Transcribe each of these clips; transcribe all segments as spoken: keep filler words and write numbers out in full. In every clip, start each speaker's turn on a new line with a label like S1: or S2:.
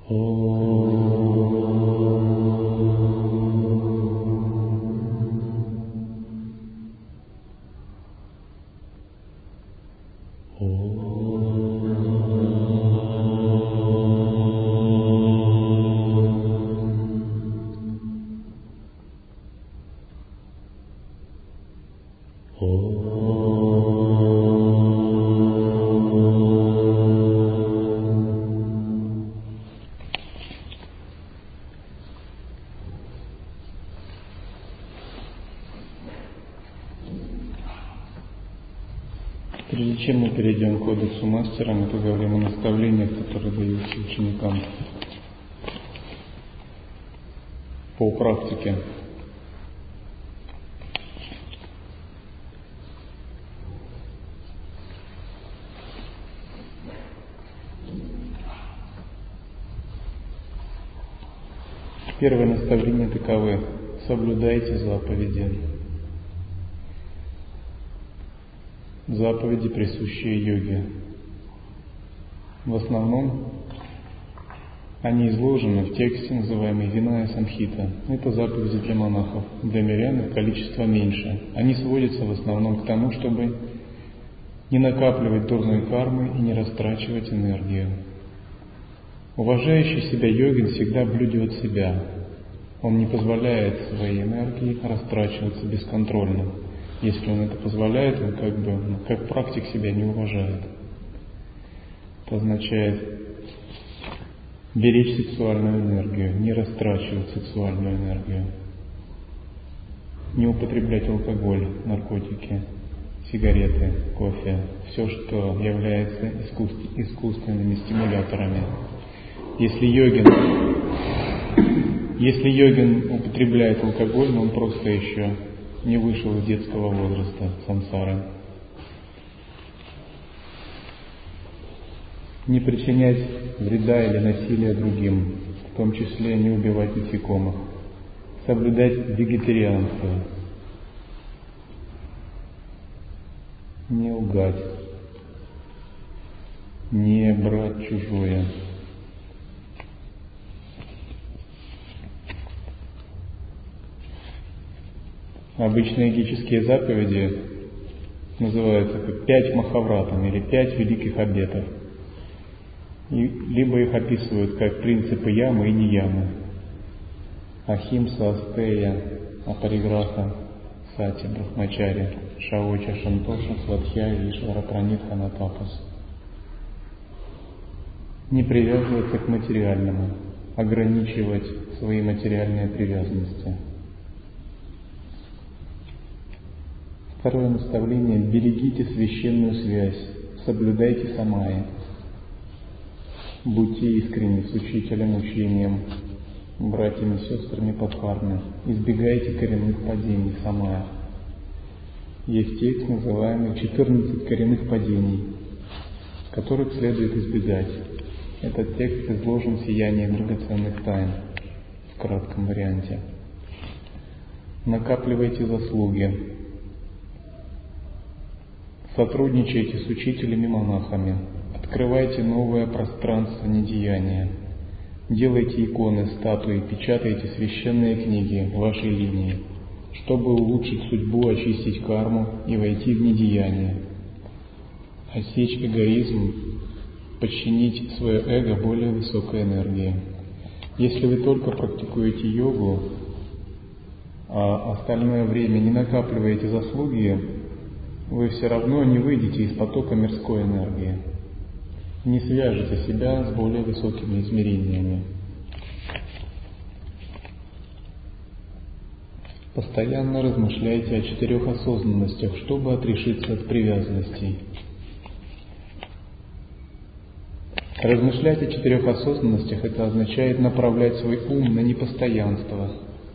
S1: Прежде чем мы перейдем к кодексу мастера, мы поговорим о наставлениях, которые даются ученикам по практике. Первое наставление таковы: соблюдайте заповеди. Заповеди, присущие йоге. В основном они изложены в тексте, называемый Виная Самхита. Это заповеди для монахов. Для мирян их количество меньше. Они сводятся в основном к тому, чтобы не накапливать дурной кармы и не растрачивать энергию. Уважающий себя йогин всегда блюдет себя. Он не позволяет своей энергии растрачиваться бесконтрольно. Если он это позволяет, он как бы, ну, как практик себя не уважает. Это означает беречь сексуальную энергию, не растрачивать сексуальную энергию, не употреблять алкоголь, наркотики, сигареты, кофе, все, что является искусств, искусственными стимуляторами. Если йогин, если йогин употребляет алкоголь, но он просто еще не вышел из детского возраста сансары. Не причинять вреда или насилия другим, в том числе не убивать насекомых. Соблюдать вегетарианство. Не лгать. Не брать чужое. Обычные йогические заповеди называются как пять махавратам или пять великих обетов. И либо их описывают как принципы ямы и неямы. Ахимса, Астея, Апариграха, Сати, Брахмачари, Шаоча, Шантоша, Сватхья, Ишвара, Пранитха, Натапас. Не привязываться к материальному, ограничивать свои материальные привязанности. Второе наставление: берегите священную связь, соблюдайте самаи. Будьте искренни с учителем, учением, братьями, сестрами Падхармы. Избегайте коренных падений в самаях. Есть текст, называемый четырнадцать коренных падений, которых следует избегать. Этот текст изложен в сиянии драгоценных тайн в кратком варианте. Накапливайте заслуги. Сотрудничайте с учителями-монахами. Открывайте новое пространство недеяния. Делайте иконы, статуи, печатайте священные книги в вашей линии, чтобы улучшить судьбу, очистить карму и войти в недеяние. Осечь эгоизм, подчинить свое эго более высокой энергии. Если вы только практикуете йогу, а остальное время не накапливаете заслуги, вы все равно не выйдете из потока мирской энергии, не свяжете себя с более высокими измерениями. Постоянно размышляйте о четырех осознанностях, чтобы отрешиться от привязанностей. Размышлять о четырех осознанностях — это означает направлять свой ум на непостоянство,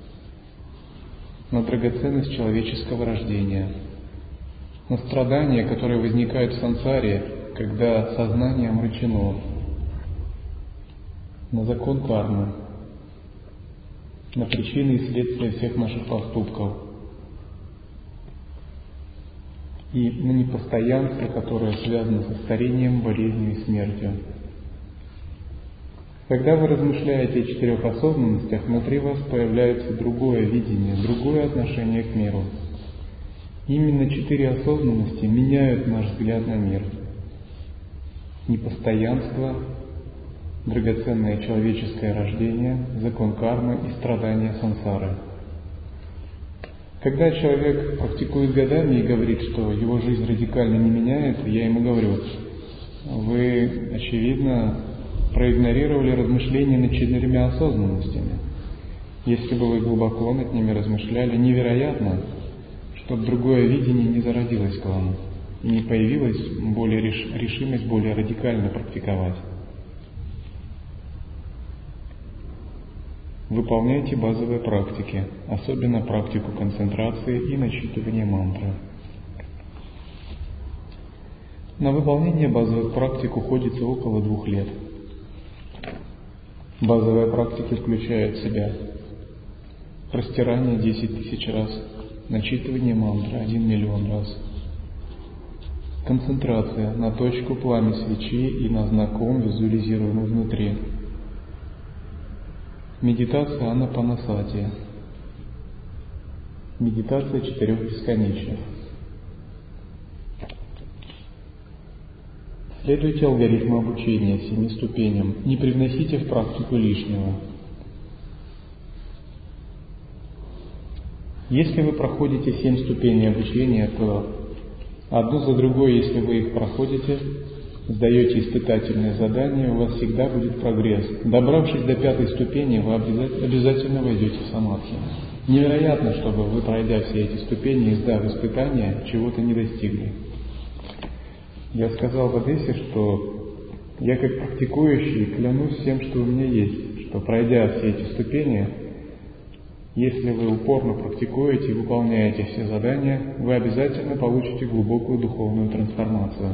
S1: на драгоценность человеческого рождения, на страдания, которые возникают в сансаре, когда сознание омрачено, на закон кармы, на причины и следствия всех наших поступков и на непостоянство, которое связано со старением, болезнью и смертью. Когда вы размышляете о четырех осознанностях, внутри вас появляется другое видение, другое отношение к миру. Именно четыре осознанности меняют наш взгляд на мир. Непостоянство, драгоценное человеческое рождение, закон кармы и страдания сансары. Когда человек практикует годами и говорит, что его жизнь радикально не меняется, я ему говорю: вы, очевидно, проигнорировали размышления над четырьмя осознанностями. Если бы вы глубоко над ними размышляли, невероятно, чтобы другое видение не зародилось к вам и не появилась более реш... решимость более радикально практиковать. Выполняйте базовые практики, особенно практику концентрации и начитывания мантры. На выполнение базовых практик уходится около двух лет. Базовые практики включают в себя простирание десять тысяч раз, начитывание мантры один миллион раз, концентрация на точку пламя свечи и на знаком визуализируемый внутри, медитация анапанасати, медитация четырех бесконечных. Следуйте алгоритму обучения семи ступеням, не привносите в практику лишнего. Если вы проходите семь ступеней обучения, то одну за другой, если вы их проходите, сдаете испытательные задания, у вас всегда будет прогресс. Добравшись до пятой ступени, вы обязательно войдете в самадхи. Невероятно, чтобы вы, пройдя все эти ступени и сдав испытания, чего-то не достигли. Я сказал в Одессе, что я как практикующий клянусь всем, что у меня есть, что пройдя все эти ступени, если вы упорно практикуете и выполняете все задания, вы обязательно получите глубокую духовную трансформацию.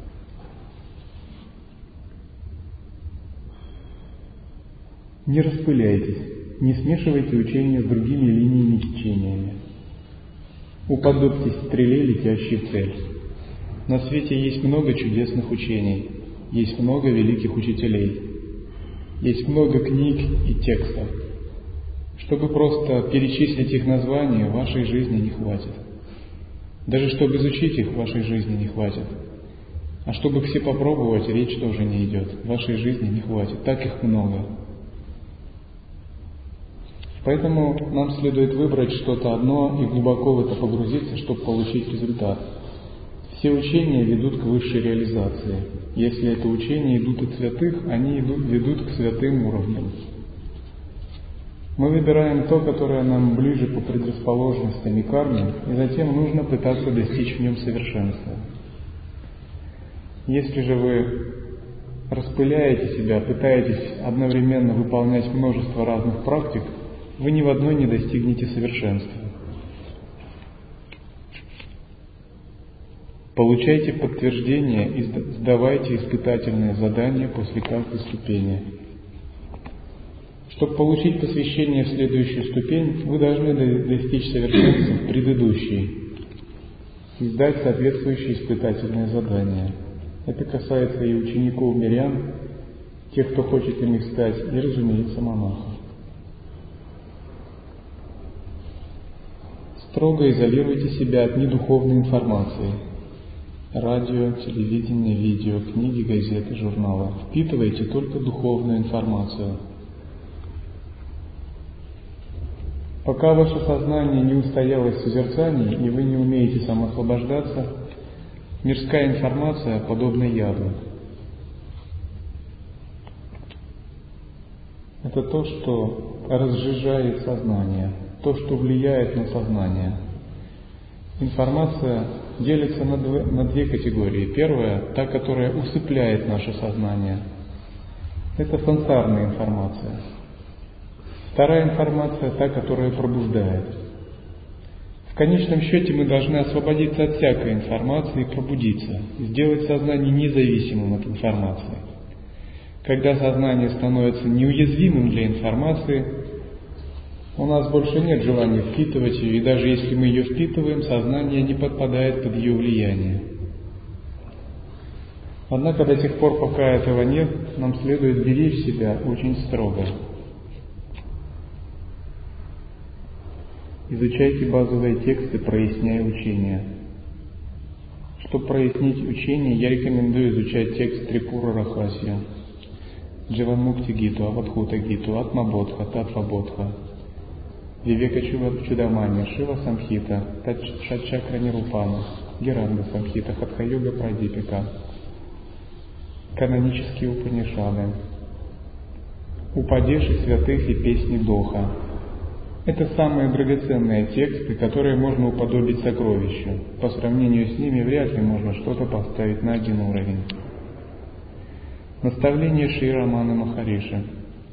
S1: Не распыляйтесь, не смешивайте учения с другими линиями течениями. Уподобьтесь стреле, летящей в цель. На свете есть много чудесных учений, есть много великих учителей, есть много книг и текстов. Чтобы просто перечислить их названия, вашей жизни не хватит. Даже чтобы изучить их, вашей жизни не хватит. А чтобы все попробовать, речь тоже не идет. Вашей жизни не хватит. Так их много. Поэтому нам следует выбрать что-то одно и глубоко в это погрузиться, чтобы получить результат. Все учения ведут к высшей реализации. Если это учения идут от святых, они идут, ведут к святым уровням. Мы выбираем то, которое нам ближе по предрасположенностям и карме, и затем нужно пытаться достичь в нем совершенства. Если же вы распыляете себя, пытаетесь одновременно выполнять множество разных практик, вы ни в одной не достигнете совершенства. Получайте подтверждение и сдавайте испытательные задания после каждой ступени. Чтобы получить посвящение в следующую ступень, вы должны достичь совершенства в предыдущей и сдать соответствующие испытательные задания. Это касается и учеников мирян, тех, кто хочет ими стать, и, разумеется, монахов. Строго изолируйте себя от недуховной информации. Радио, телевидение, видео, книги, газеты, журналы. Впитывайте только духовную информацию. Пока ваше сознание не устоялось в созерцании, и вы не умеете самоосвобождаться, мирская информация подобна яду. Это то, что разжижает сознание, то, что влияет на сознание. Информация делится на две, на две категории. Первая – та, которая усыпляет наше сознание. Это сансарная информация. Вторая информация – та, которая пробуждает. В конечном счете мы должны освободиться от всякой информации и пробудиться, сделать сознание независимым от информации. Когда сознание становится неуязвимым для информации, у нас больше нет желания впитывать ее, и даже если мы ее впитываем, сознание не подпадает под ее влияние. Однако до тех пор, пока этого нет, нам следует беречь себя очень строго. Изучайте базовые тексты, проясняя учения. Чтобы прояснить учение, я рекомендую изучать текст Трипура Рахасия, Дживанмукти Гиту, Авадхута Гиту, Атмабодха, Татвабодха, Вивека Чудамани, Шива Самхита, Шатчакра Нирупана, Геранда Самхита, Хатха-йога Прадипика, канонические Упанишады, Упадеши святых и песни Доха. Это самые драгоценные тексты, которые можно уподобить сокровищу. По сравнению с ними вряд ли можно что-то поставить на один уровень. Наставление Шри Раманы Махариши.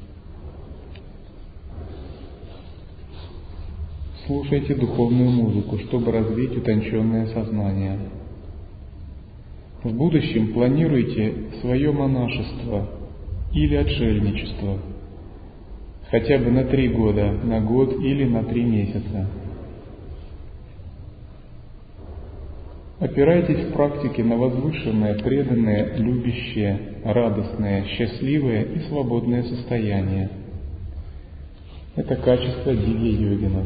S1: Слушайте духовную музыку, чтобы развить утонченное сознание. В будущем планируйте свое монашество или отшельничество, хотя бы на три года, на год или на три месяца. Опирайтесь в практике на возвышенное, преданное, любящее, радостное, счастливое и свободное состояние. Это качество дивья-йогинов.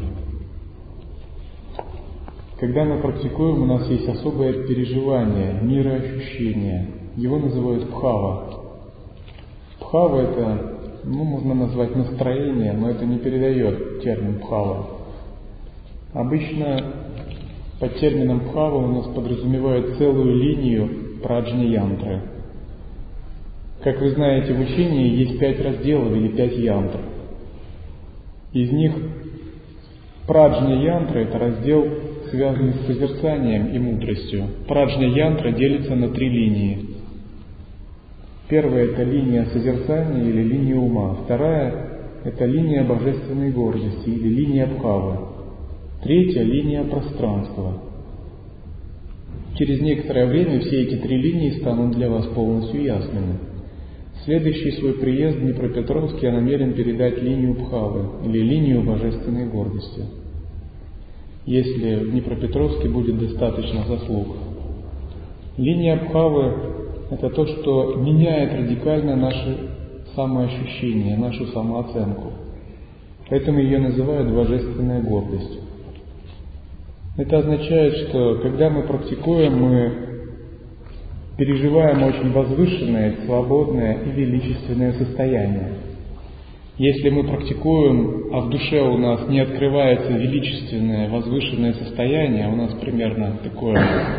S1: Когда мы практикуем, у нас есть особое переживание, мироощущение. Его называют бхава. Бхава – это, ну, можно назвать настроение, но это не передает термин бхава. Обычно под термином бхава у нас подразумевают целую линию праджни-янтры. Как вы знаете, в учении есть пять разделов или пять янтр. Из них праджни-янтра – это раздел, связанный с созерцанием и мудростью. Праджня-янтра делится на три линии. Первая – это линия созерцания или линия ума. Вторая – это линия божественной гордости или линия бхавы. Третья – линия пространства. Через некоторое время все эти три линии станут для вас полностью ясными. В следующий свой приезд в Днепропетровск я намерен передать линию бхавы или линию божественной гордости, если в Днепропетровске будет достаточно заслуг. Линия бхавы – это то, что меняет радикально наше самоощущение, нашу самооценку. Поэтому ее называют божественная гордость. Это означает, что когда мы практикуем, мы переживаем очень возвышенное, свободное и величественное состояние. Если мы практикуем, а в душе у нас не открывается величественное, возвышенное состояние, у нас примерно такое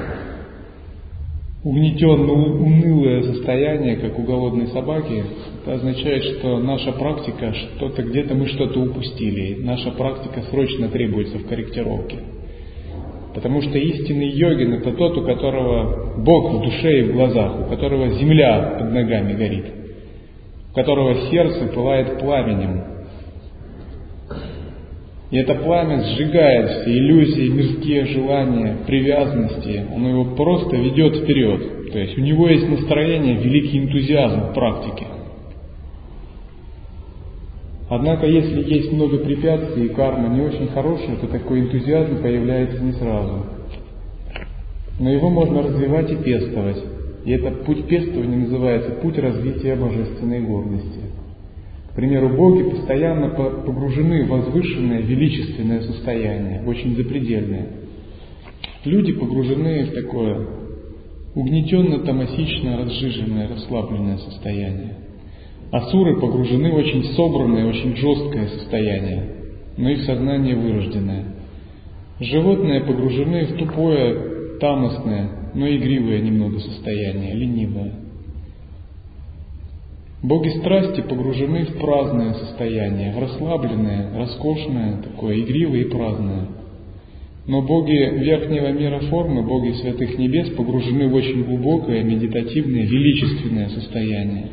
S1: угнетенно-унылое состояние, как у голодной собаки, это означает, что наша практика, что-то где-то мы что-то упустили, наша практика срочно требуется в корректировке. Потому что истинный йогин – это тот, у которого Бог в душе и в глазах, у которого земля под ногами горит, у которого сердце пылает пламенем. И это пламя сжигает все иллюзии, мирские желания, привязанности. Оно его просто ведет вперед. То есть у него есть настроение, великий энтузиазм в практике. Однако, если есть много препятствий и карма не очень хорошая, то такой энтузиазм появляется не сразу. Но его можно развивать и пестовать. И этот путь пестования называется путь развития божественной гордости. К примеру, боги постоянно погружены в возвышенное, величественное состояние, очень запредельное. Люди погружены в такое угнетенно-томасичное, разжиженное, расслабленное состояние. Асуры погружены в очень собранное, очень жесткое состояние, но их сознание вырожденное. Животные погружены в тупое, тамосное, но игривое немного состояние, ленивое. Боги страсти погружены в праздное состояние, в расслабленное, роскошное, такое игривое и праздное. Но боги верхнего мира формы, боги святых небес погружены в очень глубокое, медитативное, величественное состояние.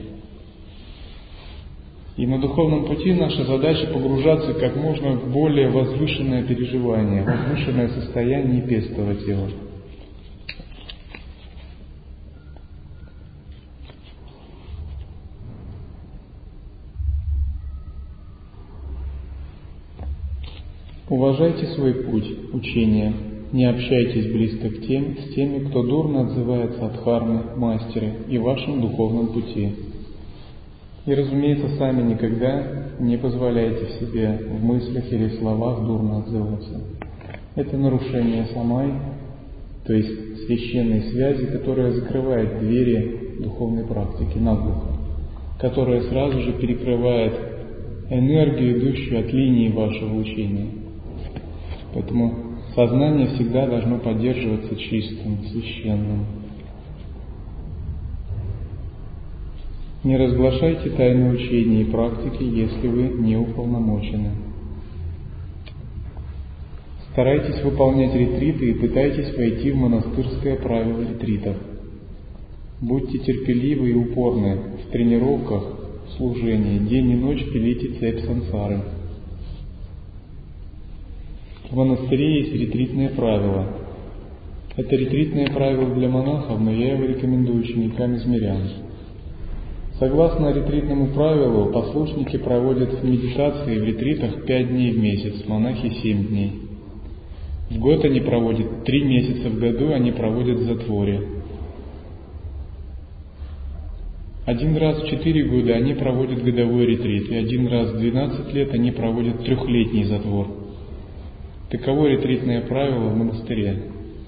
S1: И на духовном пути наша задача погружаться как можно в более возвышенное переживание, возвышенное состояние и пестовать его. Уважайте свой путь учения. не общайтесь близко к тем, с теми, кто дурно отзывается о дхарме, мастере и вашем духовном пути. И, разумеется, сами никогда не позволяйте себе в мыслях или словах дурно отзываться. Это нарушение самай, то есть священной связи, которая закрывает двери духовной практики наглухо, которая сразу же перекрывает энергию, идущую от линии вашего учения. Поэтому сознание всегда должно поддерживаться чистым, священным. Не разглашайте тайны учения и практики, если вы не уполномочены. Старайтесь выполнять ретриты и пытайтесь войти в монастырское правило ретритов. Будьте терпеливы и упорны в тренировках, в служении, день и ночь пилите цепь сансары. В монастыре есть ретритное правило. Это ретритное правило для монахов, но я его рекомендую ученикам из мирян. Согласно ретритному правилу, послушники проводят медитации в ретритах пять дней в месяц, монахи семь дней. В год они проводят три месяца в году, они проводят в затворе. Один раз в четыре года они проводят годовой ретрит, и один раз в двенадцать лет они проводят трехлетний затвор. Таково ретритное правило в монастыре.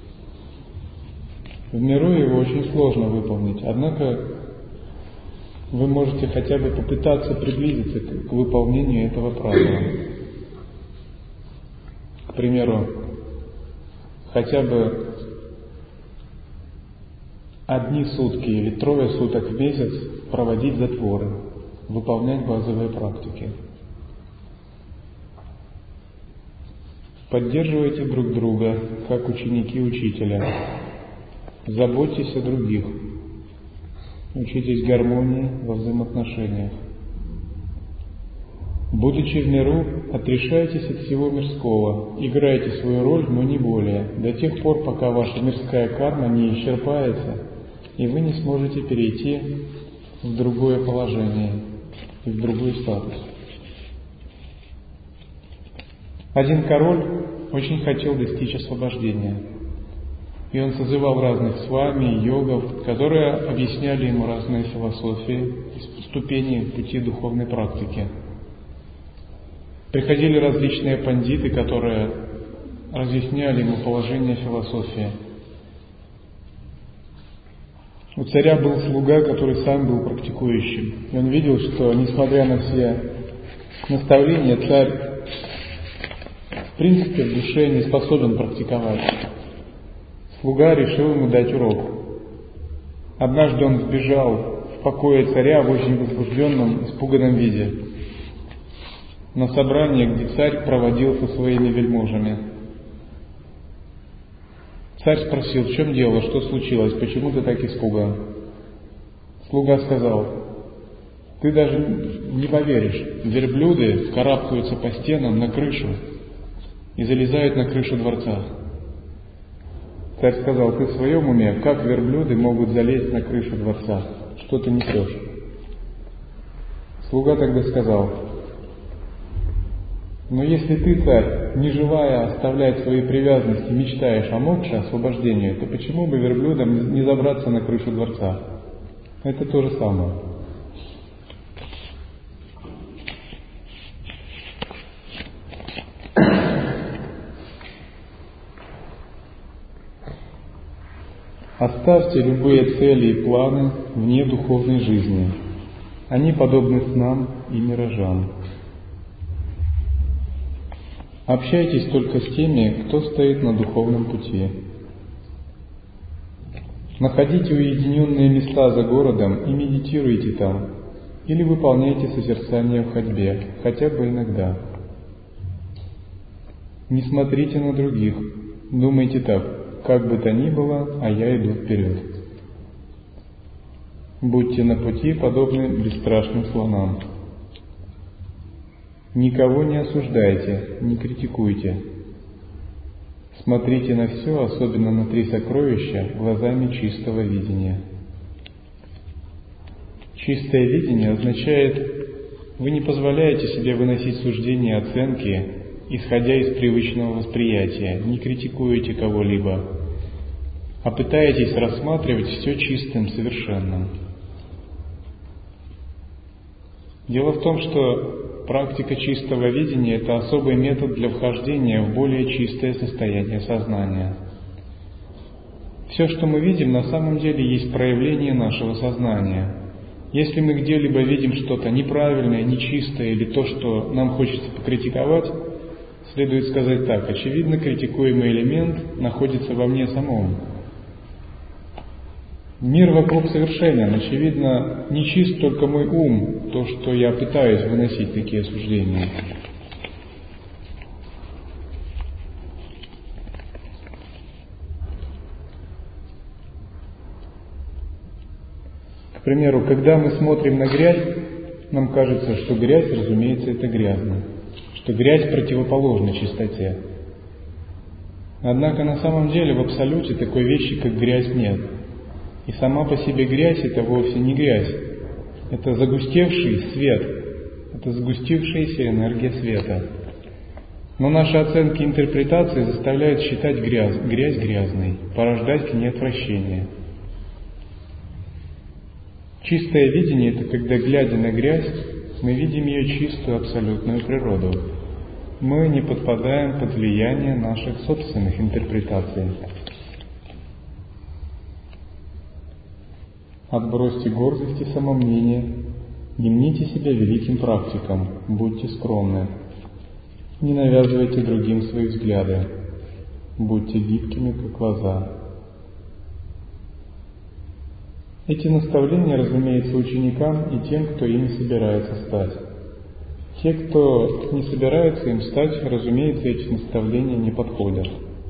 S1: В миру его очень сложно выполнить, однако вы можете хотя бы попытаться приблизиться к выполнению этого правила. К примеру, хотя бы одни сутки или трое суток в месяц проводить затворы, выполнять базовые практики. Поддерживайте друг друга, как ученики учителя. Заботьтесь о других. Учитесь гармонии во взаимоотношениях. Будучи в миру, отрешайтесь от всего мирского, играйте свою роль, но не более, до тех пор, пока ваша мирская карма не исчерпается, и вы не сможете перейти в другое положение и в другой статус. Один король очень хотел достичь освобождения, и он созывал разных свами и йогов, которые объясняли ему разные философии, ступени пути духовной практики. Приходили различные пандиты, которые разъясняли ему положение философии. У царя был слуга, который сам был практикующим, и он видел, что, несмотря на все наставления, царь в принципе в душе не способен практиковать. Слуга решил ему дать урок. Однажды он сбежал в покое царя в очень возбужденном, испуганном виде на собрание, где царь проводил со своими вельможами. Царь спросил: в чем дело, что случилось, почему ты так испуган? Слуга сказал: ты даже не поверишь, верблюды карабкаются по стенам на крышу и залезают на крышу дворца. Царь сказал: ты в своем уме? Как верблюды могут залезть на крышу дворца? Что ты несешь? Слуга тогда сказал: но если ты, царь, не желая оставлять свои привязанности, мечтаешь о мокше, освобождении, то почему бы верблюдам не забраться на крышу дворца? Это то же самое. Оставьте любые цели и планы вне духовной жизни. Они подобны снам и миражам. Общайтесь только с теми, кто стоит на духовном пути. Находите уединенные места за городом и медитируйте там, или выполняйте созерцание в ходьбе, хотя бы иногда. Не смотрите на других, думайте так: как бы то ни было, а я иду вперед. Будьте на пути подобны бесстрашным слонам. Никого не осуждайте, не критикуйте. Смотрите на все, особенно на три сокровища, глазами чистого видения. Чистое видение означает, вы не позволяете себе выносить суждения и оценки исходя из привычного восприятия, не критикуете кого-либо, а пытаетесь рассматривать все чистым, совершенным. Дело в том, что практика чистого видения – это особый метод для вхождения в более чистое состояние сознания. Все, что мы видим, на самом деле есть проявление нашего сознания. Если мы где-либо видим что-то неправильное, нечистое или то, что нам хочется покритиковать, следует сказать так: очевидно, критикуемый элемент находится во мне самом. Мир вокруг совершенен, очевидно, нечист только мой ум, то, что я пытаюсь выносить такие суждения. К примеру, когда мы смотрим на грязь, нам кажется, что грязь, разумеется, это грязно, что грязь противоположна чистоте. Однако на самом деле в абсолюте такой вещи, как грязь, нет. И сама по себе грязь – это вовсе не грязь. Это загустевший свет, это загустившаяся энергия света. Но наши оценки и интерпретации заставляют считать грязь, грязь грязной, порождать к ней отвращение. Чистое видение – это когда, глядя на грязь, мы видим ее чистую абсолютную природу. Мы не подпадаем под влияние наших собственных интерпретаций. Отбросьте гордость и самомнение, не мните себя великим практиком, будьте скромны. Не навязывайте другим свои взгляды, будьте гибкими, как лоза. Эти наставления, разумеется, ученикам и тем, кто ими собирается стать. Те, кто не собирается им стать, разумеется, эти наставления не подходят.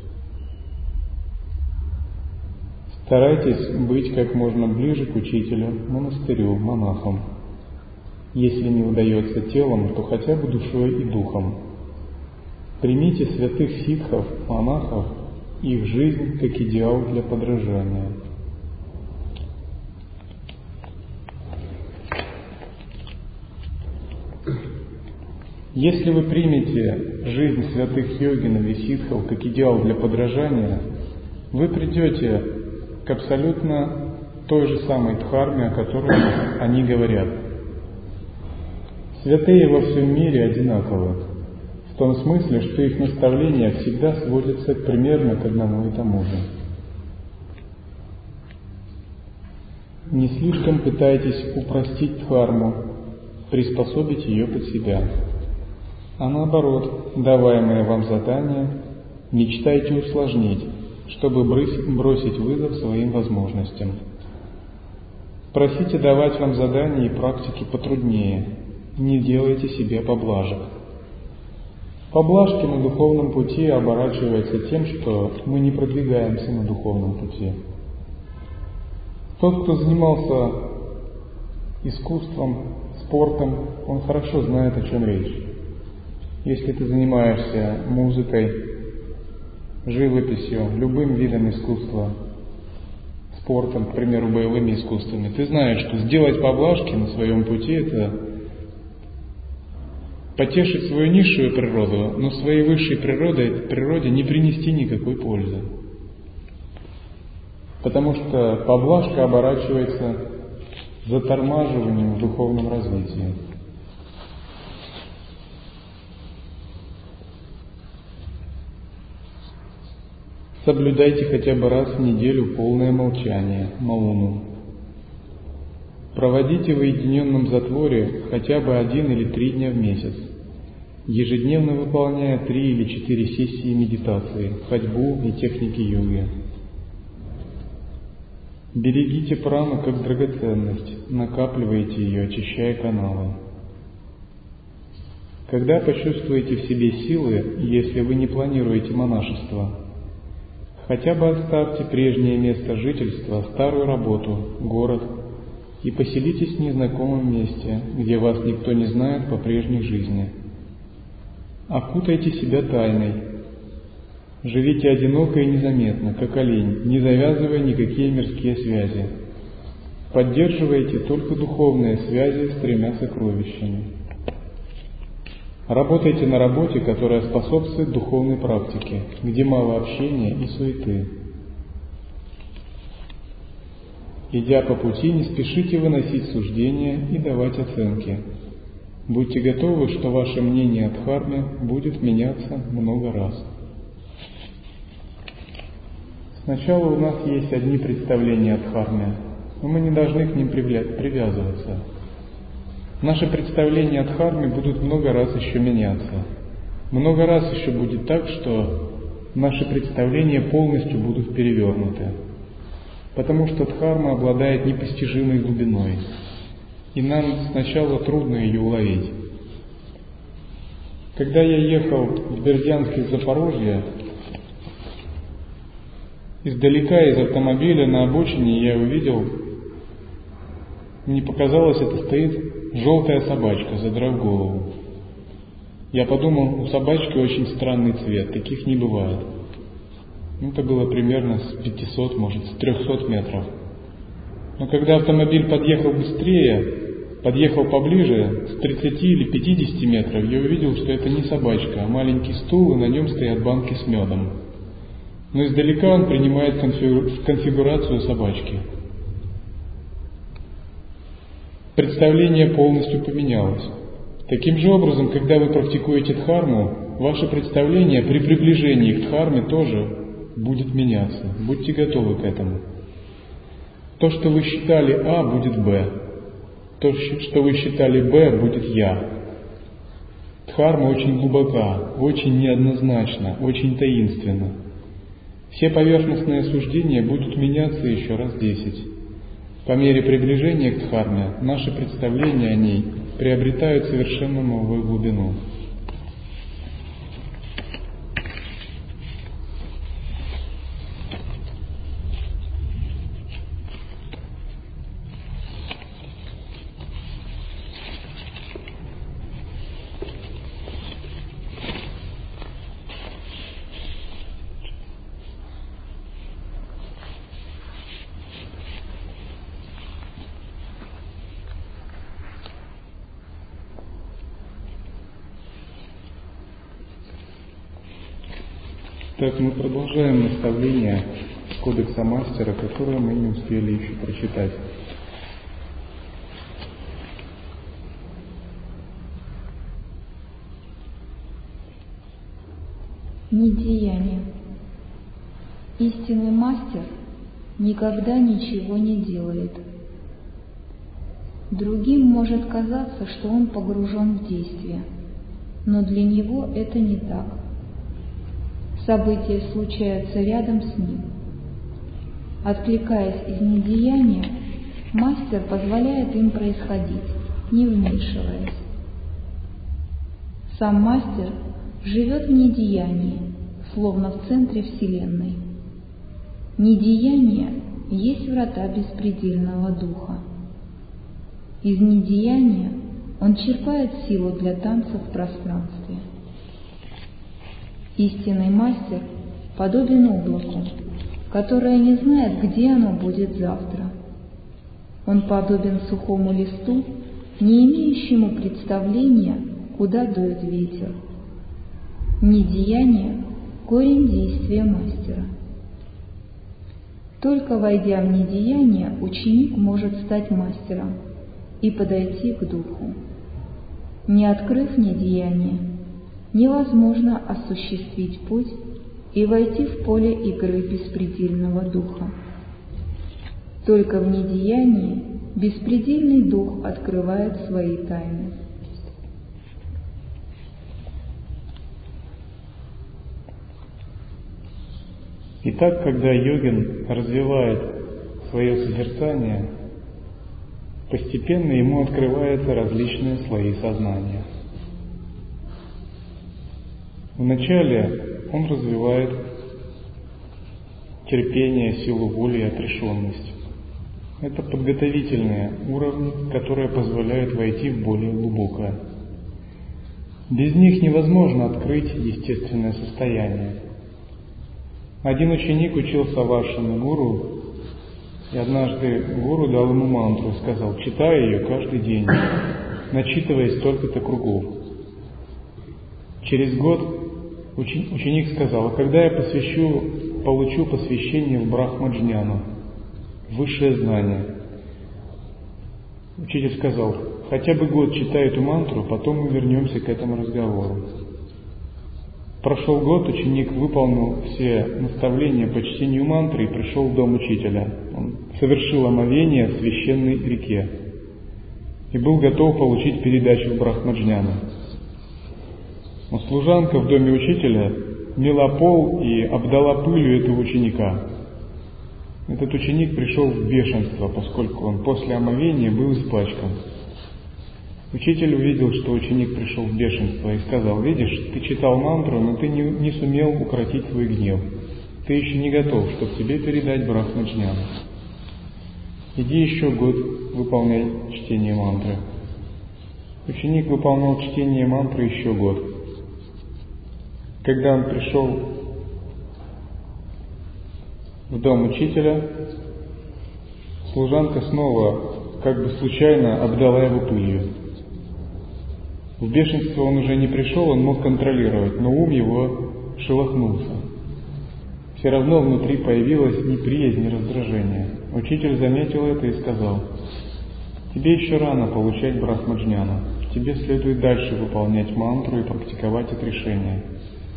S1: Старайтесь быть как можно ближе к учителю, монастырю, монахам. Если не удается телом, то хотя бы душой и духом. Примите святых ситхов, монахов, их жизнь как идеал для подражания. Если вы примете жизнь святых йогинов и ситхов как идеал для подражания, вы придете к абсолютно той же самой дхарме, о которой они говорят. Святые во всем мире одинаковы, в том смысле, что их наставления всегда сводятся примерно к одному и тому же. Не слишком пытайтесь упростить дхарму, приспособить ее под себя. А наоборот, даваемое вам задание мечтайте усложнить, чтобы бросить вызов своим возможностям. Просите давать вам задания и практики потруднее, не делайте себе поблажек. Поблажки на духовном пути оборачиваются тем, что мы не продвигаемся на духовном пути. Тот, кто занимался искусством, спортом, он хорошо знает, о чем речь. Если ты занимаешься музыкой, живописью, любым видом искусства, спортом, к примеру, боевыми искусствами, ты знаешь, что сделать поблажки на своем пути – это потешить свою низшую природу, но своей высшей природе, природе не принести никакой пользы. Потому что поблажка оборачивается затормаживанием в духовном развитии. Соблюдайте хотя бы раз в неделю полное молчание, мауну. Проводите в уединенном затворе хотя бы один или три дня в месяц, ежедневно выполняя три или четыре сессии медитации, ходьбу и техники йоги. Берегите прану как драгоценность, накапливайте ее, очищая каналы. Когда почувствуете в себе силы, если вы не планируете монашество, хотя бы оставьте прежнее место жительства, старую работу, город и поселитесь в незнакомом месте, где вас никто не знает по прежней жизни. Окутайте себя тайной. Живите одиноко и незаметно, как олень, не завязывая никакие мирские связи. Поддерживайте только духовные связи с тремя сокровищами. Работайте на работе, которая способствует духовной практике, где мало общения и суеты. Идя по пути, не спешите выносить суждения и давать оценки. Будьте готовы, что ваше мнение о дхарме будет меняться много раз. Сначала у нас есть одни представления о дхарме, но мы не должны к ним привязываться. Наши представления о дхарме будут много раз еще меняться. Много раз еще будет так, что наши представления полностью будут перевернуты. Потому что дхарма обладает непостижимой глубиной, и нам сначала трудно ее уловить. Когда я ехал в Бердянск из Запорожья, издалека из автомобиля на обочине я увидел, мне показалось, это стоит желтая собачка, задрав голову. Я подумал, у собачки очень странный цвет, таких не бывает. Это было примерно с пятисот, может, с трехсот метров. Но когда автомобиль подъехал быстрее, подъехал поближе, с тридцати или пятидесяти метров, я увидел, что это не собачка, а маленький стул, и на нем стоят банки с медом. Но издалека он принимает конфигурацию собачки. Представление полностью поменялось. Таким же образом, когда вы практикуете дхарму, ваше представление при приближении к дхарме тоже будет меняться. Будьте готовы к этому. То, что вы считали А, будет Б. То, что вы считали Б, будет Я. Дхарма очень глубока, очень неоднозначна, очень таинственна. Все поверхностные суждения будут меняться еще раз десять. По мере приближения к дхарме наши представления о ней приобретают совершенно новую глубину. Так, мы продолжаем наставление Кодекса Мастера, которое мы не успели еще прочитать.
S2: Недеяние. Истинный мастер никогда ничего не делает. Другим может казаться, что он погружен в действие, но для него это не так. События случаются рядом с ним. Откликаясь из недеяния, мастер позволяет им происходить, не вмешиваясь. Сам мастер живет в недеянии, словно в центре Вселенной. Недеяние есть врата беспредельного духа. Из недеяния он черпает силу для танца в пространстве. Истинный мастер подобен облаку, которое не знает, где оно будет завтра. Он подобен сухому листу, не имеющему представления, куда дует ветер. Недеяние – корень действия мастера. Только войдя в недеяние, ученик может стать мастером и подойти к духу. Не открыв недеяние, невозможно осуществить путь и войти в поле игры беспредельного духа. Только в недеянии беспредельный дух открывает свои тайны.
S1: Итак, когда йогин развивает свое созерцание, постепенно ему открываются различные слои сознания. Вначале он развивает терпение, силу воли и отрешенность. Это подготовительные уровни, которые позволяют войти в более глубокое. Без них невозможно открыть естественное состояние. Один ученик учился вашему гуру, и однажды гуру дал ему мантру и сказал: читай ее каждый день, начитывая столько-то кругов. Через год ученик сказал: когда я посвящу, получу посвящение в Брахма-джняну, высшее знание. Учитель сказал: хотя бы год читай эту мантру, потом мы вернемся к этому разговору. Прошел год, ученик выполнил все наставления по чтению мантры и пришел в дом учителя. Он совершил омовение в священной реке и был готов получить передачу в Брахма-джняну. Но служанка в доме учителя мела пол и обдала пылью этого ученика. Этот ученик пришел в бешенство, поскольку он после омовения был испачкан. Учитель увидел, что ученик пришел в бешенство, и сказал: видишь, ты читал мантру, но ты не, не сумел укротить свой гнев. Ты еще не готов, чтобы тебе передать Брахма-джняну. Иди еще год выполняй чтение мантры. Ученик выполнял чтение мантры еще год. Когда он пришел в дом учителя, служанка снова, как бы случайно, обдала его пылью. В бешенство он уже не пришел, он мог контролировать, но ум его шелохнулся. Все равно внутри появилась неприязнь и раздражение. Учитель заметил это и сказал: тебе еще рано получать Брахма-джняну, тебе следует дальше выполнять мантру и практиковать отрешение.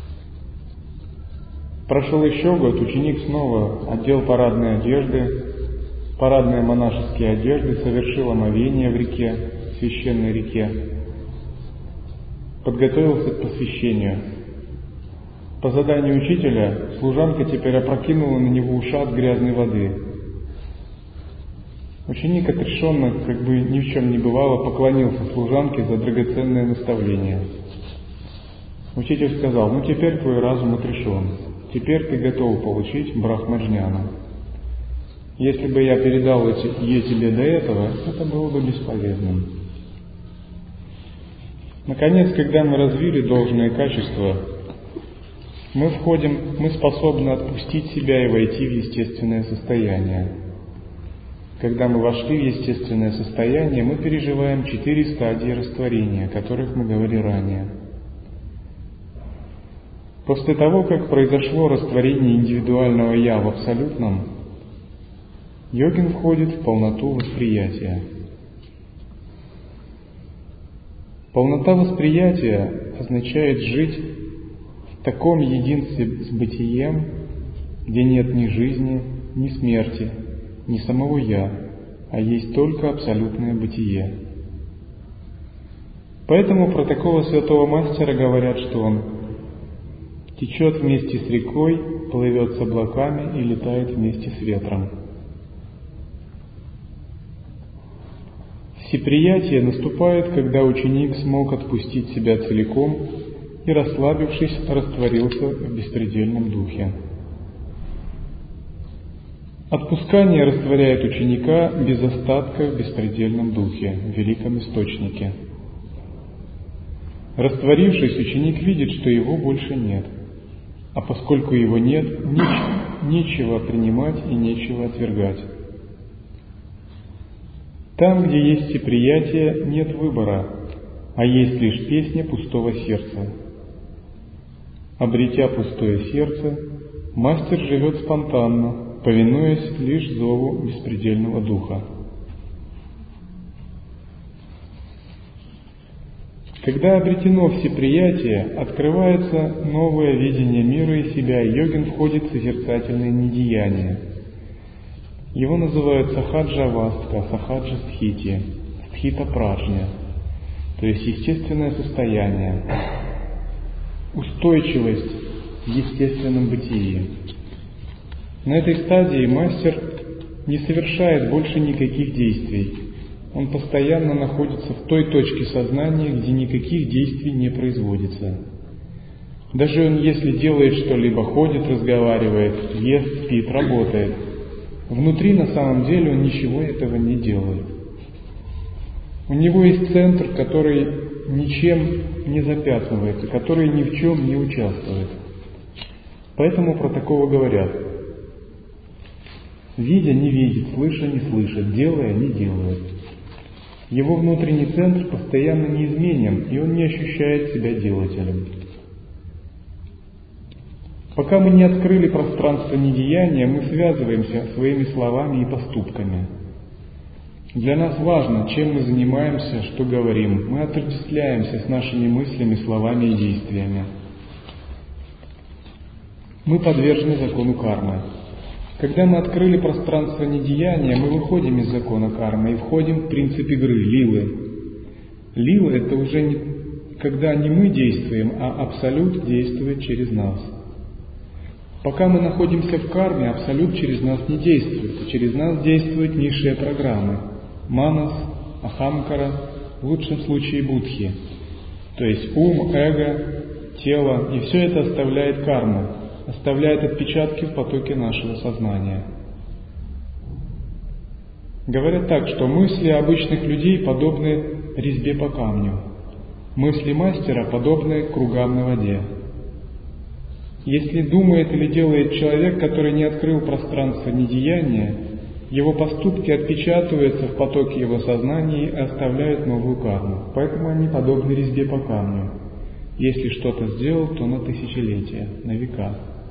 S1: Прошел еще год, ученик снова одел парадные одежды, парадные монашеские одежды, совершил омовение в реке, в священной реке, подготовился к посвящению. По заданию учителя служанка теперь опрокинула на него ушат грязной воды. Ученик отрешенно, как бы ни в чем не бывало, поклонился служанке за драгоценное наставление. Учитель сказал: ну теперь твой разум отрешен, теперь ты готов получить Брахма-джняну. Если бы я передал ее тебе до этого, это было бы бесполезным. Наконец, когда мы развили должное качество, мы входим, мы способны отпустить себя и войти в естественное состояние. Когда мы вошли в естественное состояние, мы переживаем четыре стадии растворения, о которых мы говорили ранее. После того, как произошло растворение индивидуального «я» в абсолютном, йогин входит в полноту восприятия. Полнота восприятия означает жить в таком единстве с бытием, где нет ни жизни, ни смерти, ни самого «я», а есть только абсолютное бытие. Поэтому про такого святого мастера говорят, что он течет вместе с рекой, плывет с облаками и летает вместе с ветром. Всеприятие наступает, когда ученик смог отпустить себя целиком и, расслабившись, растворился в беспредельном духе. Отпускание растворяет ученика без остатка в беспредельном духе, в великом источнике. Растворившись, ученик видит, что его больше нет. А поскольку его нет, неч- нечего принимать и нечего отвергать. Там, где есть всеприятие, нет выбора, а есть лишь песня пустого сердца. Обретя пустое сердце, мастер живет спонтанно, повинуясь лишь зову беспредельного духа. Когда обретено всеприятие, открывается новое видение мира и себя, и йогин входит в созерцательное недеяние. Его называют сахаджа-авастха, сахаджа-стхити, стхита-праджня, то есть естественное состояние, устойчивость в естественном бытии. На этой стадии мастер не совершает больше никаких действий. Он постоянно находится в той точке сознания, где никаких действий не производится. Даже он, если делает что-либо, ходит, разговаривает, ест, спит, работает, внутри на самом деле он ничего этого не делает. У него есть центр, который ничем не запятнывается, который ни в чем не участвует. Поэтому про такого говорят: видя не видит, слыша не слышит, делая не делает. Его внутренний центр постоянно неизменен, и он не ощущает себя делателем. Пока мы не открыли пространство недеяния, мы связываемся своими словами и поступками. Для нас важно, чем мы занимаемся, что говорим. Мы отождествляемся с нашими мыслями, словами и действиями. Мы подвержены закону кармы. Когда мы открыли пространство недеяния, мы выходим из закона кармы и входим в принцип игры, лилы. Лила — это уже не когда не мы действуем, а Абсолют действует через нас. Пока мы находимся в карме, Абсолют через нас не действует. Через нас действуют низшие программы — манас, ахамкара, в лучшем случае будхи. То есть ум, эго, тело, и все это оставляет карму, оставляет отпечатки в потоке нашего сознания. Говорят так, что мысли обычных людей подобны резьбе по камню. Мысли мастера подобны кругам на воде. Если думает или делает человек, который не открыл пространство недеяния, его поступки отпечатываются в потоке его сознания и оставляют новую карму. Поэтому они подобны резьбе по камню. Если что-то сделал, то на тысячелетия, на века.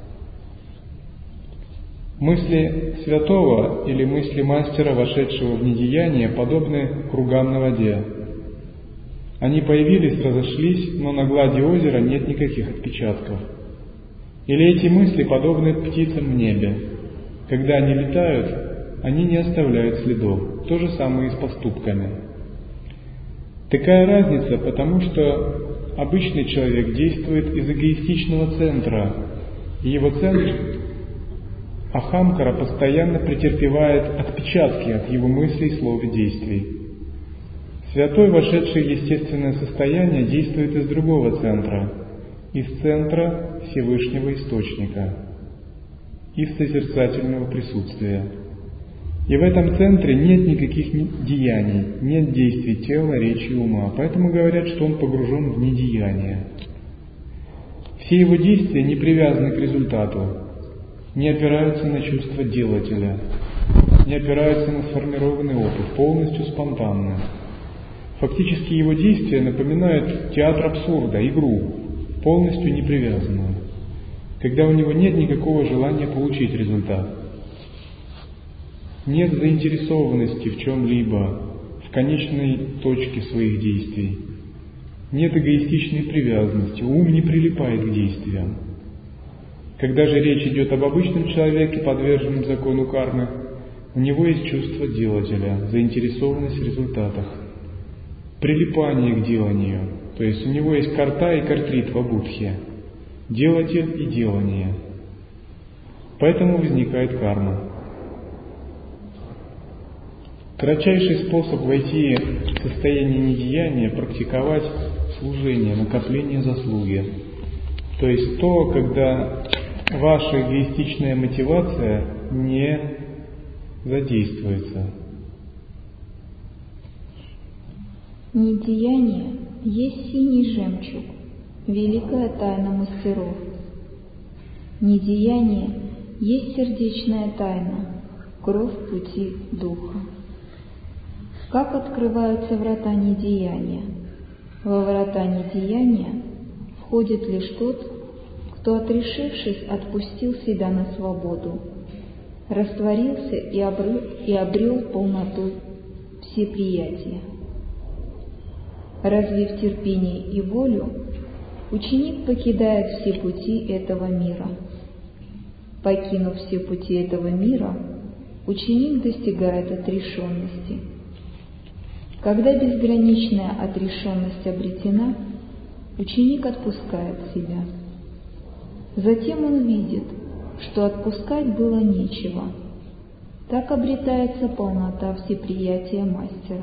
S1: Мысли святого или мысли мастера, вошедшего в недеяние, подобны кругам на воде. Они появились, разошлись, но на глади озера нет никаких отпечатков. Или эти мысли подобны птицам в небе. Когда они летают, они не оставляют следов. То же самое и с поступками. Такая разница, потому что обычный человек действует из эгоистичного центра, и его центр Ахамкара постоянно претерпевает отпечатки от его мыслей, слов и действий. Святой, вошедший в естественное состояние, действует из другого центра, из центра Всевышнего Источника, из созерцательного присутствия. И в этом центре нет никаких деяний, нет действий тела, речи и ума, поэтому говорят, что он погружен в недеяние. Все его действия не привязаны к результату, не опираются на чувство делателя, не опираются на сформированный опыт, полностью спонтанны. Фактически его действия напоминают театр абсурда, игру, полностью непривязанную, когда у него нет никакого желания получить результат. Нет заинтересованности в чем-либо, в конечной точке своих действий. Нет эгоистичной привязанности, ум не прилипает к действиям. Когда же речь идет об обычном человеке, подверженном закону кармы, у него есть чувство делателя, заинтересованность в результатах, прилипание к деланию, то есть у него есть карта и картритва будхи, делатель и делание. Поэтому возникает карма. Кратчайший способ войти в состояние недеяния — практиковать служение, накопление заслуги. То есть то, когда ваша эгоистичная мотивация не задействуется.
S2: Недеяние есть синий жемчуг, великая тайна мастеров. Недеяние есть сердечная тайна, кровь пути духа. Как открываются врата недеяния? Во врата недеяния входит лишь тот, кто, отрешившись, отпустил себя на свободу, растворился и обрел, и обрел полноту всеприятия. Развив терпение и волю, ученик покидает все пути этого мира. Покинув все пути этого мира, ученик достигает отрешенности. Когда безграничная отрешенность обретена, ученик отпускает себя. Затем он видит, что отпускать было нечего. Так обретается полнота всеприятия мастера.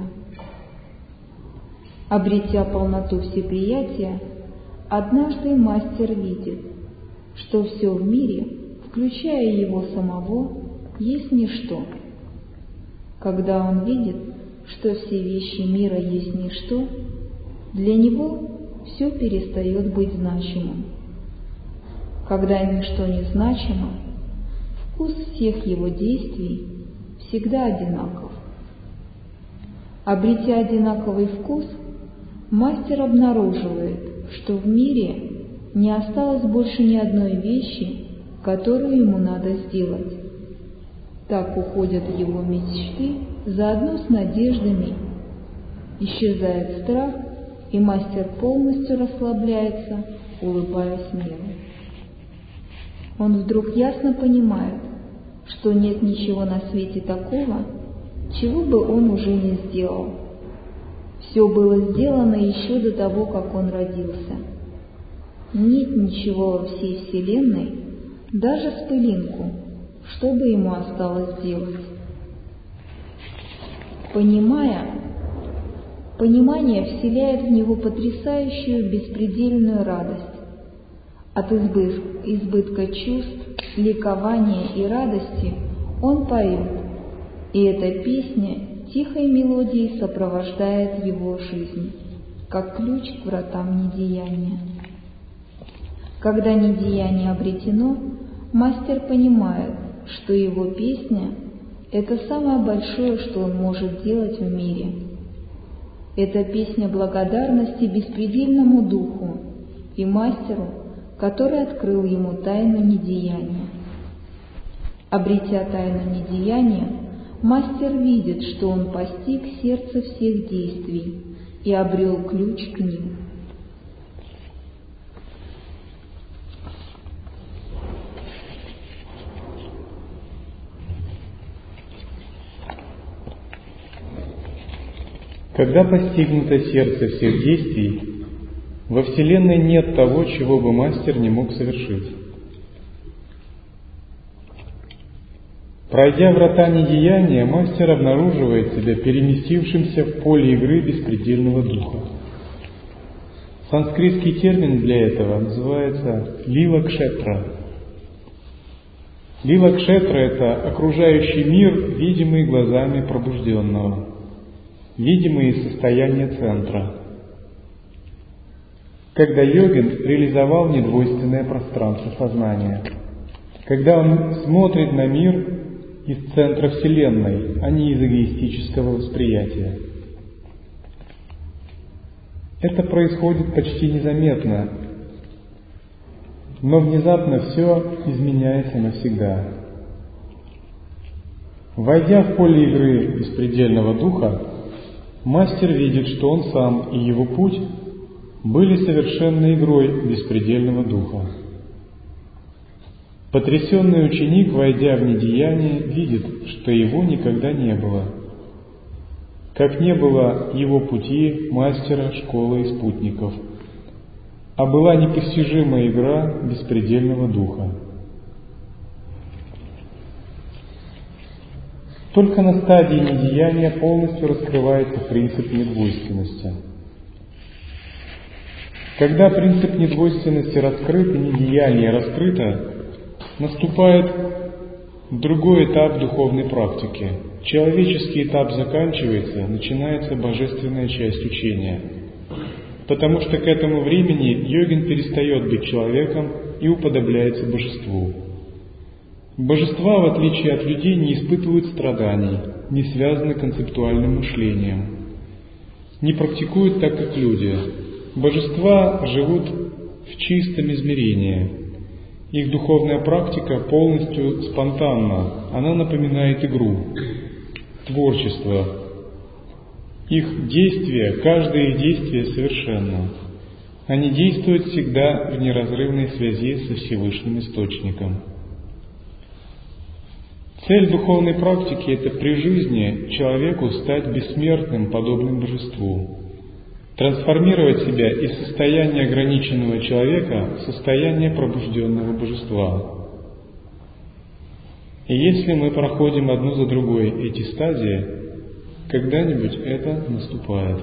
S2: Обретя полноту всеприятия, однажды мастер видит, что все в мире, включая его самого, есть ничто. Когда он видит, что все вещи мира есть ничто, для него все перестает быть значимым. Когда ничто не значимо, вкус всех его действий всегда одинаков. Обретя одинаковый вкус, мастер обнаруживает, что в мире не осталось больше ни одной вещи, которую ему надо сделать. Так уходят его мечты заодно с надеждами, исчезает страх, и мастер полностью расслабляется, улыбаясь миру. Он вдруг ясно понимает, что нет ничего на свете такого, чего бы он уже не сделал. Все было сделано еще до того, как он родился. Нет ничего во всей Вселенной, даже с пылинку, что бы ему осталось делать. Понимая, понимание вселяет в него потрясающую беспредельную радость. От избытка, избытка чувств, ликования и радости он поет, и эта песня тихой мелодией сопровождает его жизнь, как ключ к вратам недеяния. Когда недеяние обретено, мастер понимает, что его песня – это самое большое, что он может делать в мире. Это песня благодарности беспредельному духу и мастеру, который открыл ему тайну недеяния. Обретя тайну недеяния, мастер видит, что он постиг сердце всех действий и обрел ключ к ним.
S1: Когда постигнуто сердце всех действий, во Вселенной нет того, чего бы мастер не мог совершить. Пройдя врата недеяния, мастер обнаруживает себя переместившимся в поле игры беспредельного духа. Санскритский термин для этого называется лила-кшетра. Лила-кшетра – это окружающий мир, видимый глазами пробужденного, видимые состояния центра. Когда йогин реализовал недвойственное пространство сознания, когда он смотрит на мир из центра Вселенной, а не из эгоистического восприятия. Это происходит почти незаметно, но внезапно все изменяется навсегда. Войдя в поле игры беспредельного духа, мастер видит, что он сам и его путь были совершенной игрой беспредельного духа. Потрясенный ученик, войдя в недеяние, видит, что его никогда не было, как не было его пути, мастера, школы и спутников, а была непостижимая игра беспредельного духа. Только на стадии недеяния полностью раскрывается принцип недвойственности. Когда принцип недвойственности раскрыт и недеяние раскрыто, наступает другой этап духовной практики. Человеческий этап заканчивается, начинается божественная часть учения. Потому что к этому времени йогин перестает быть человеком и уподобляется божеству. Божества, в отличие от людей, не испытывают страданий, не связаны концептуальным мышлением, не практикуют так, как люди. Божества живут в чистом измерении. Их духовная практика полностью спонтанна, она напоминает игру, творчество. Их действия, каждое их действие совершенно. Они действуют всегда в неразрывной связи со Всевышним Источником. Цель духовной практики – это при жизни человеку стать бессмертным, подобным божеству. Трансформировать себя из состояния ограниченного человека в состояние пробужденного божества. И если мы проходим одну за другой эти стадии, когда-нибудь это наступает.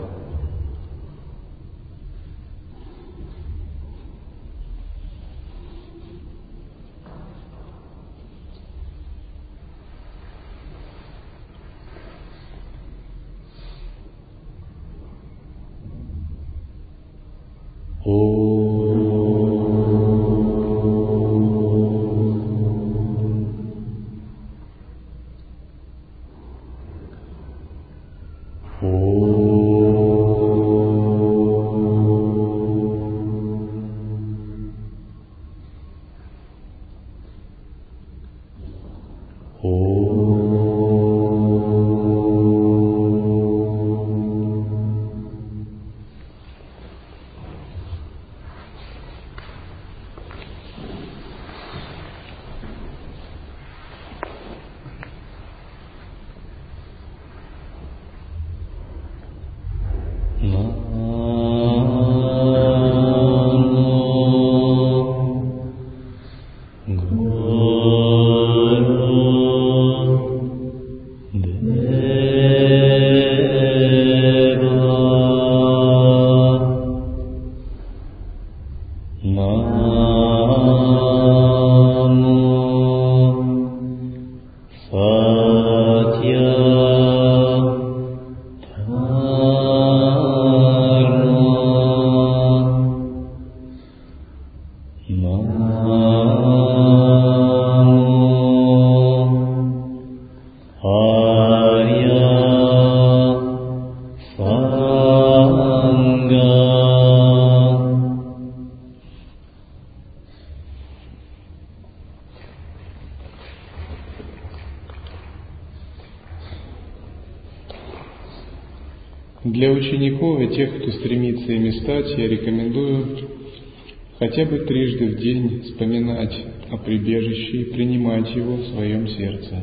S1: Для учеников и тех, кто стремится ими стать, я рекомендую хотя бы трижды в день вспоминать о прибежище и принимать его в своем сердце.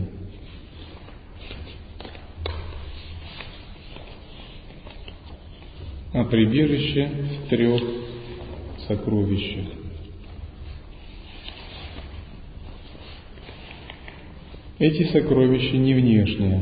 S1: О прибежище в трех сокровищах. Эти сокровища не внешние.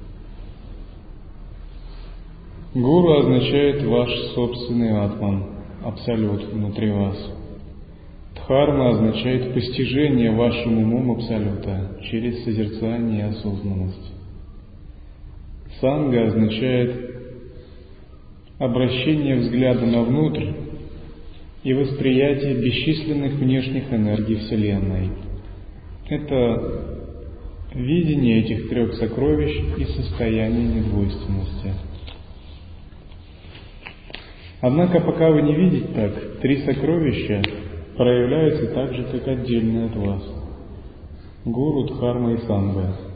S1: Гуру означает ваш собственный атман, абсолют внутри вас. Дхарма означает постижение вашим умом абсолюта через созерцание и осознанность. Санга означает обращение взгляда на внутрь и восприятие бесчисленных внешних энергий Вселенной. Это видение этих трех сокровищ и состояние недвойственности. Однако, пока вы не видите так, три сокровища проявляются так же, как отдельно от вас. Гуру, Дхарма и Санга.